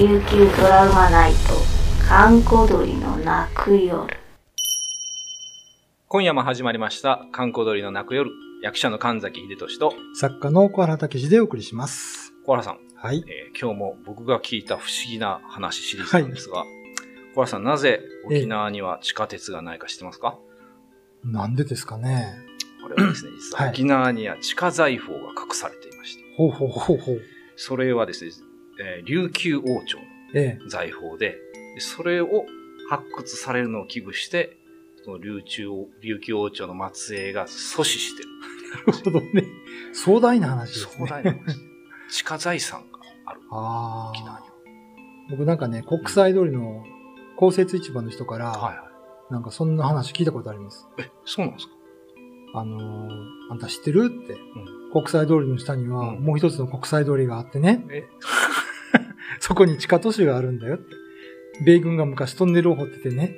琉球ドラマナイト閑古鳥の泣く夜。 今夜も始まりました閑古鳥の泣く夜。役者の神崎秀俊と作家の小原武史でお送りします。 小原さん、 はい。 今日も僕が聞いた不思議な話シリーズなんですが、小原さん、なぜ沖縄には地下鉄がないか知ってますか？ なんでですかね。 これはですね、実は沖縄には地下財宝が隠されていまして、 ほうほうほうほう。 それはですね、琉球王朝の財宝で、それを発掘されるのを危惧して、その琉球王朝の末裔が阻止してる。 なるほどね。壮大な話ですね。 壮大な話。地下財産がある。沖縄には。 僕なんかね、国際通りの公設市場の人から、なんかそんな話聞いたことあります。 そうなんですか？ あんた知ってるって、国際通りの下にはもう一つの国際通りがあってね。そこに地下都市があるんだよって。米軍が昔トンネルを掘っててね。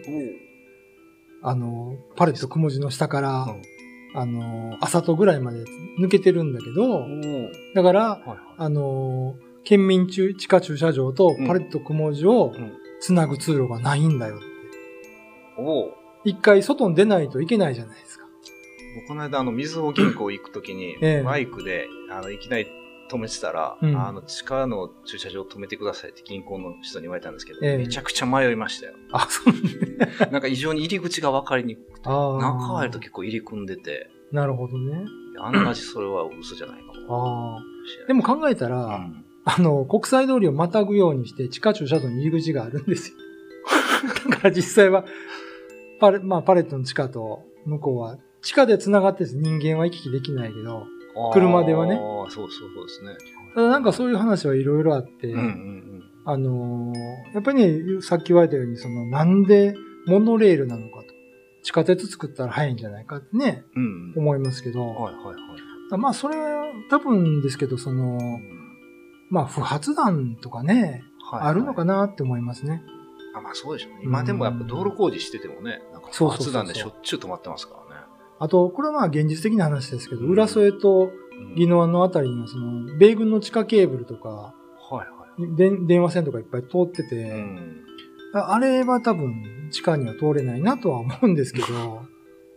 パレット雲字の下から、朝とぐらいまで抜けてるんだけど、だから、県民地下駐車場とパレット雲字をつなぐ通路がないんだよって。一回外に出ないといけないじゃないですか。 この間、みずほ銀行行くときに、バイクで、いきなり止めてたら、地下の駐車場止めてくださいって銀行の人に言われたんですけど、めちゃくちゃ迷いましたよ。 あ、そうね。 なんか異常に入り口が分かりにくくて、中入ると結構入り組んでて。 なるほどね。 案なしそれは嘘じゃないかも。 でも考えたら、国際通りをまたぐようにして地下駐車場に入り口があるんですよ。だから実際は、パレットの地下と向こうは、地下で繋がって人間は行き来できないけど、車ではね。 そうですね。 ただなんかそういう話はいろいろあって、やっぱりね、さっき言われたように、なんでモノレールなのかと。地下鉄作ったら早いんじゃないかってね、思いますけど、まあそれは多分ですけど、不発弾とかね、あるのかなって思いますね。 まあそうでしょうね。今でもやっぱ道路工事しててもね、なんか不発弾でしょっちゅう止まってますからね。 あと、これはまあ現実的な話ですけど、浦添と宜野湾のあたりには米軍の地下ケーブルとか、電話線とかいっぱい通ってて、あれは多分地下には通れないなとは思うんですけど。なるほどね。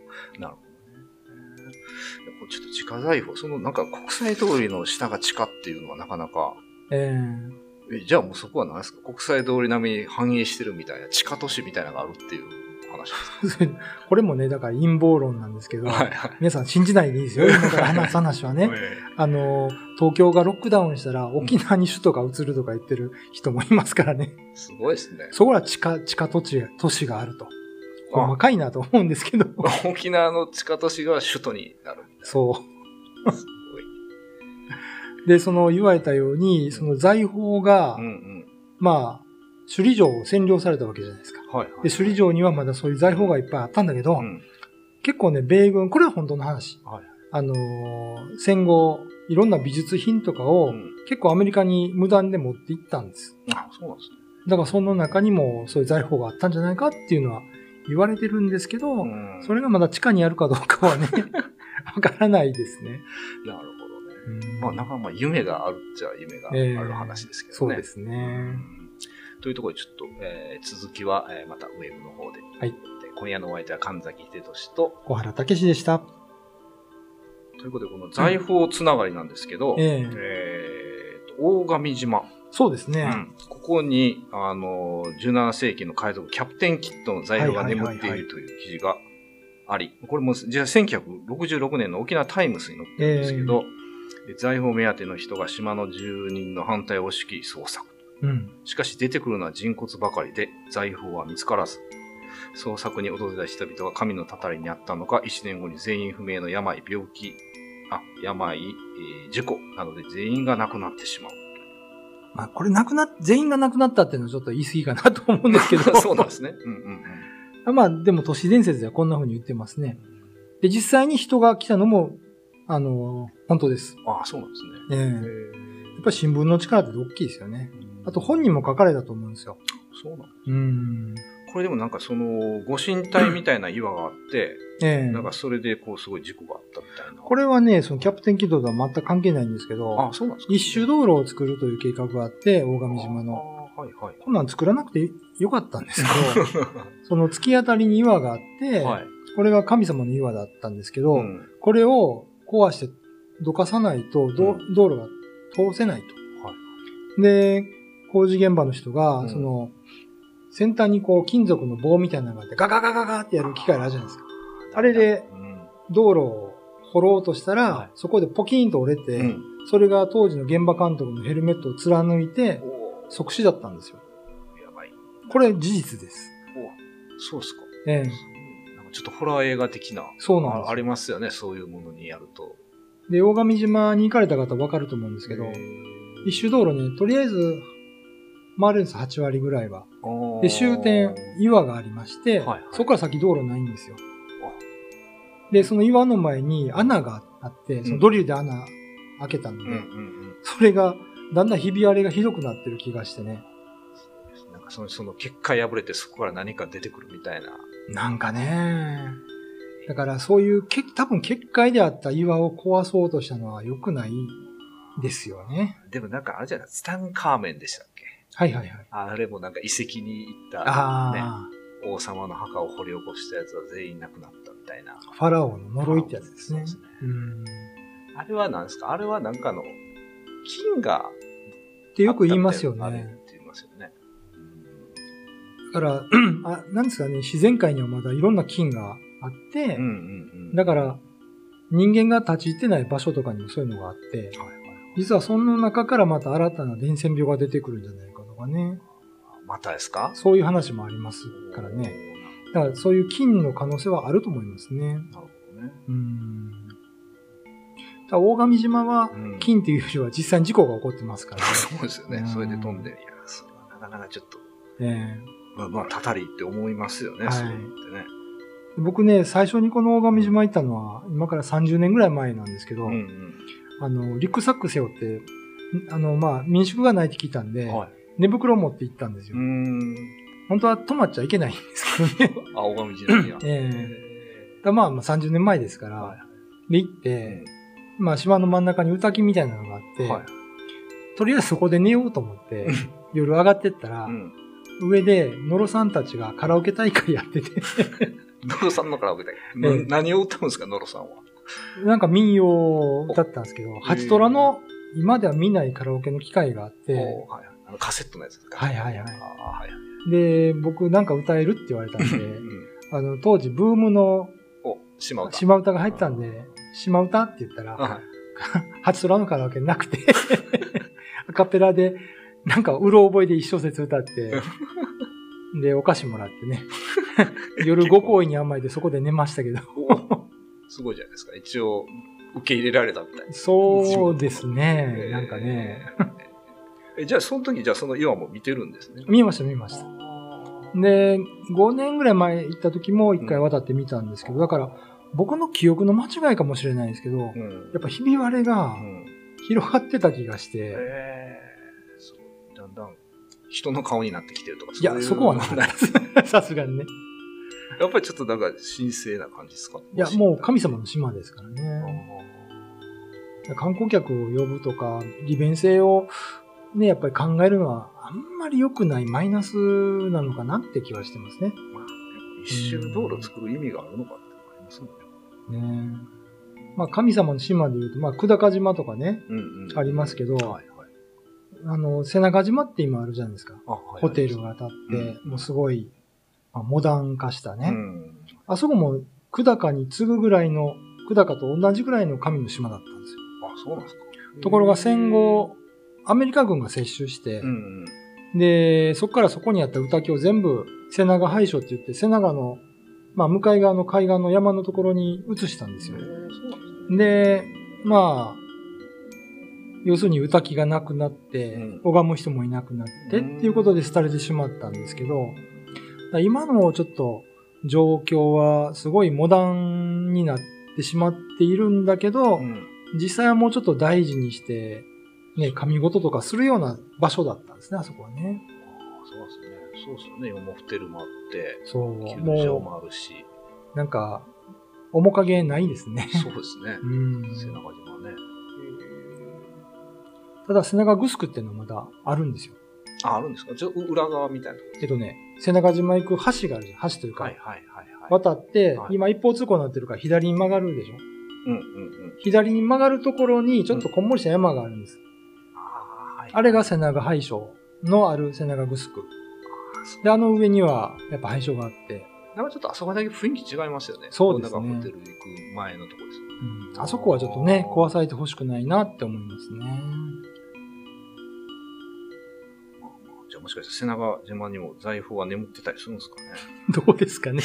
ちょっと地下財宝、なんか国際通りの下が地下っていうのはなかなか。じゃあもうそこは何ですか？国際通り並みに繁栄してるみたいな、地下都市みたいなのがあるっていう話ですか？ これもね、だから陰謀論なんですけど、皆さん信じないでいいですよ。今から話す話はね。東京がロックダウンしたら沖縄に首都が移るとか言ってる人もいますからね。 すごいですね。 そこは地下都市があると。細かいなと思うんですけど。 沖縄の地下都市が首都になる。 そう。すごい。で、言われたように、財宝が、まあ、首里城を占領されたわけじゃないですか。で、首里城にはまだそういう財宝がいっぱいあったんだけど、結構ね、米軍、これは本当の話。戦後、いろんな美術品とかを、結構アメリカに無断で持って行ったんです。 そうなんですね。 だからその中にもそういう財宝があったんじゃないかっていうのは言われてるんですけど、それがまだ地下にあるかどうかはね、わからないですね。 なるほどね。なかなか夢があるっちゃ夢がある話ですけどね。 そうですね。 というところでちょっと、続きは、またウェブの方で。今夜のお相手は神崎秀俊と小原武史でした。 ということで、この財宝つながりなんですけど、大神島。 そうですね。 ここに、17世紀の海賊キャプテンキッドの財宝が眠っているという記事があり、これも実は1966年の沖縄タイムスに載ってるんですけど、財宝目当ての人が島の住人の反対を押し切り捜索。しかし出てくるのは人骨ばかりで財宝は見つからず、捜索に訪れた人々が神のたたりにあったのか、1年後に全員不明の病、事故などで全員が亡くなってしまう。 まあこれ全員が亡くなったっていうのはちょっと言い過ぎかなと思うんですけど。 そうなんですね。 まあでも都市伝説ではこんな風に言ってますね。で、実際に人が来たのも、本当です。 そうなんですね。 やっぱり新聞の力って大きいですよね。あと本にも書かれたと思うんですよ。 そうなんです。これでもなんかご神体みたいな岩があって、なんかそれですごい事故があったみたいな。 これはね、キャプテンキッドとは全く関係ないんですけど、 そうなんですか？ 一周道路を作るという計画があって、大神島の。 はいはい。 こんなん作らなくてよかったんですけど、その突き当たりに岩があって、はい、これが神様の岩だったんですけど、これを壊してどかさないと、道路が通せないと。はい、で、工事現場の人が、その、先端にこう金属の棒みたいなのがあって、ガガガガガってやる機械があるじゃないですか。あれで、道路を掘ろうとしたら、はい、そこでポキンと折れて、それが当時の現場監督のヘルメットを貫いて、即死だったんですよ。 やばい。 これ事実です。 そうですか。 ええ。 なんかちょっとホラー映画的な。 そうなんです。 ありますよね、そういうものにやると。 で、大神島に行かれた方わかると思うんですけど、一周道路ね、とりあえず、回るんです、8割ぐらいは。で、終点、岩がありまして、はいはい、そこから先道路ないんですよ。で、その岩の前に穴があって、そのドリルで穴開けたので、それが、だんだんひび割れがひどくなってる気がしてね。 なんかその結界破れてそこから何か出てくるみたいな。 なんかね。だからそういう多分結界であった岩を壊そうとしたのは良くないですよね。 でもなんかあれじゃない、ツタンカーメンでしたっけ？ はいはいはい。 あれもなんか遺跡に行った、ね、王様の墓を掘り起こしたやつは全員亡くなったみたいな。 ファラオの呪いってやつですね。 そうですね。あれは何ですか？あれはなんかの金がってよく言いますよね。 って言いますよね。 だからなんですかね、自然界にはまだいろんな金があって、だから人間が立ち入ってない場所とかにもそういうのがあって、実はその中からまた新たな伝染病が出てくるんじゃないかとかね。 またですか？ そういう話もありますからね。だからそういう金の可能性はあると思いますね。なるほどね。大神島は金っていうよりは実際に事故が起こってますからね。 そうですよね。それで飛んで、いや、それはなかなかちょっと、まあ、たたりって思いますよね、はい、そういうのってね。 僕ね、最初にこの大神島行ったのは、今から30年ぐらい前なんですけど、リュックサック背負って、まあ、民宿がないって聞いたんで、はい、寝袋を持って行ったんですよ。本当は泊まっちゃいけないんですけどね。 大神島には。 まあ、30年前ですから、で行って、まあ、島の真ん中に歌木みたいなのがあって、はい、とりあえずそこで寝ようと思って、夜上がってったら、上で、野呂さんたちがカラオケ大会やってて。 野呂さんのカラオケ大会、何を歌うんですか、野呂さんは。 なんか民謡を歌ったんですけど、ハチトラの今では見ないカラオケの機会があって、 カセットのやつですか？ はいはいはい。で、僕なんか歌えるって言われたんで、当時ブームの島歌が入ったんで、島歌って言ったら、ハチトラのカラオケなくて、アカペラで、なんか、うろ覚えで一小節歌って、で、お菓子もらってね。夜ご好意に甘えてそこで寝ましたけど。 すごいじゃないですか。一応、受け入れられたみたいな。 そうですね。なんかね。 じゃあ、その時、その岩も見てるんですね。 見ました。で、5年ぐらい前行った時も1回渡って見たんですけど、だから、僕の記憶の間違いかもしれないですけど、やっぱひび割れが広がってた気がして、 だんだん人の顔になってきてるとか。 いや、そこはないです。さすがにね。 やっぱりちょっとなんか神聖な感じですか？ いや、もう神様の島ですからね。観光客を呼ぶとか、利便性をね、やっぱり考えるのはあんまり良くないマイナスなのかなって気はしてますね。 まあ、一周道路作る意味があるのかってありますもんね。 まあ、神様の島で言うと、まあ、久高島とかね、ありますけど、瀬長島って今あるじゃないですか。ホテルが建って、もうすごい、モダン化したね。あそこも久高に次ぐぐらいの、久高と同じぐらいの神の島だったんですよ。 あ、そうなんですか。 ところが戦後、アメリカ軍が接収して、で、そこからそこにあった歌木を全部瀬長廃所って言って、瀬長の、まあ、向かい側の海岸の山のところに移したんですよ。で、まあ、要するに歌木がなくなって、拝む人もいなくなってっていうことで廃れてしまったんですけど、今のちょっと状況はすごいモダンになってしまっているんだけど、実際はもうちょっと大事にして、ね、神事とかするような場所だったんですね、あそこはね。 そうですね。そうですよね。今もホテルもあって、 球場もあるし。 なんか、面影ないですね。 そうですね。瀬長島ね。 ただ、瀬長グスクっていうのはまだあるんですよ。 あるんですか？裏側みたいな。 瀬長島行く橋があるじゃん。橋というか。渡って、今一方通行になってるから左に曲がるでしょ。左に曲がるところにちょっとこんもりした山があるんです。あれが瀬長廃所のある瀬長城。で、上にはやっぱ廃所があって。 なんかちょっとあそこだけ雰囲気違いますよね。 そうですね。 ホテル行く前のところです。 あそこはちょっとね、壊されてほしくないなって思いますね。 じゃあもしかして瀬長島にも財宝は眠ってたりするんですかね。 どうですかね。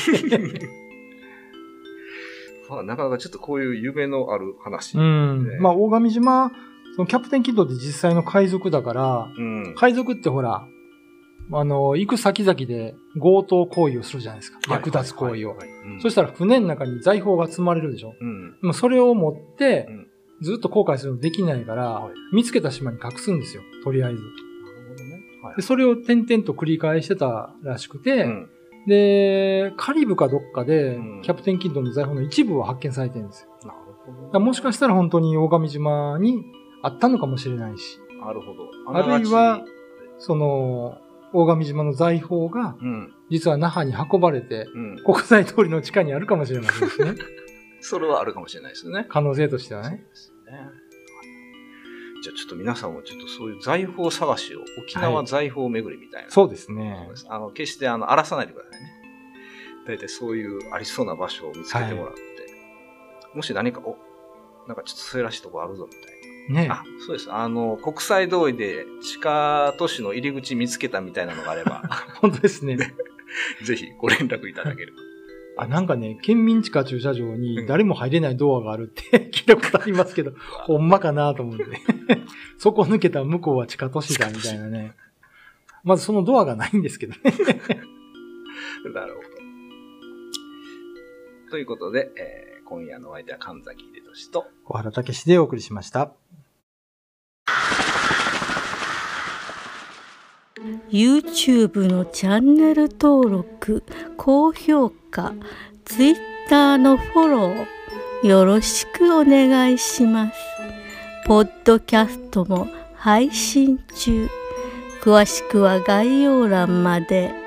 なかなかちょっとこういう夢のある話。 まあ、大神島、そのキャプテンキッドって実際の海賊だから、海賊ってほら、行く先々で強盗行為をするじゃないですか。略奪行為を。そしたら船の中に財宝が積まれるでしょ。それを持って、ずっと後悔するのできないから、見つけた島に隠すんですよ。とりあえず。でそれを点々と繰り返してたらしくて、で、カリブかどっかで、キャプテンキッドの財宝の一部は発見されてるんですよ。 なるほど。 もしかしたら本当に大神島にあったのかもしれないし。 なるほど。 あるいは、大神島の財宝が、実は那覇に運ばれて、国際通りの地下にあるかもしれませんしね。 それはあるかもしれないですね。 可能性としてはね。 そうですね。じゃあちょっと皆さんもちょっとそういう財宝探しを、沖縄財宝巡りみたいな。 そうですね。 決して荒らさないでくださいね。大体そういうありそうな場所を見つけてもらって、もし何か、なんかちょっとそういうらしいとこあるぞみたいな。 ね、 そうです。国際通りで地下都市の入り口見つけたみたいなのがあれば。 本当ですね。 ぜひご連絡いただければ。 なんかね、県民地下駐車場に誰も入れないドアがあるって聞いたことありますけど、ほんまかなと思って。そこ抜けたら向こうは地下都市だみたいなね。まずそのドアがないんですけどね。 なるほど。ということで、今夜のお相手は神崎秀俊と小原武史でお送りしました。 YouTube のチャンネル登録、高評価、Twitter のフォローよろしくお願いします。ポッドキャストも配信中。詳しくは概要欄まで。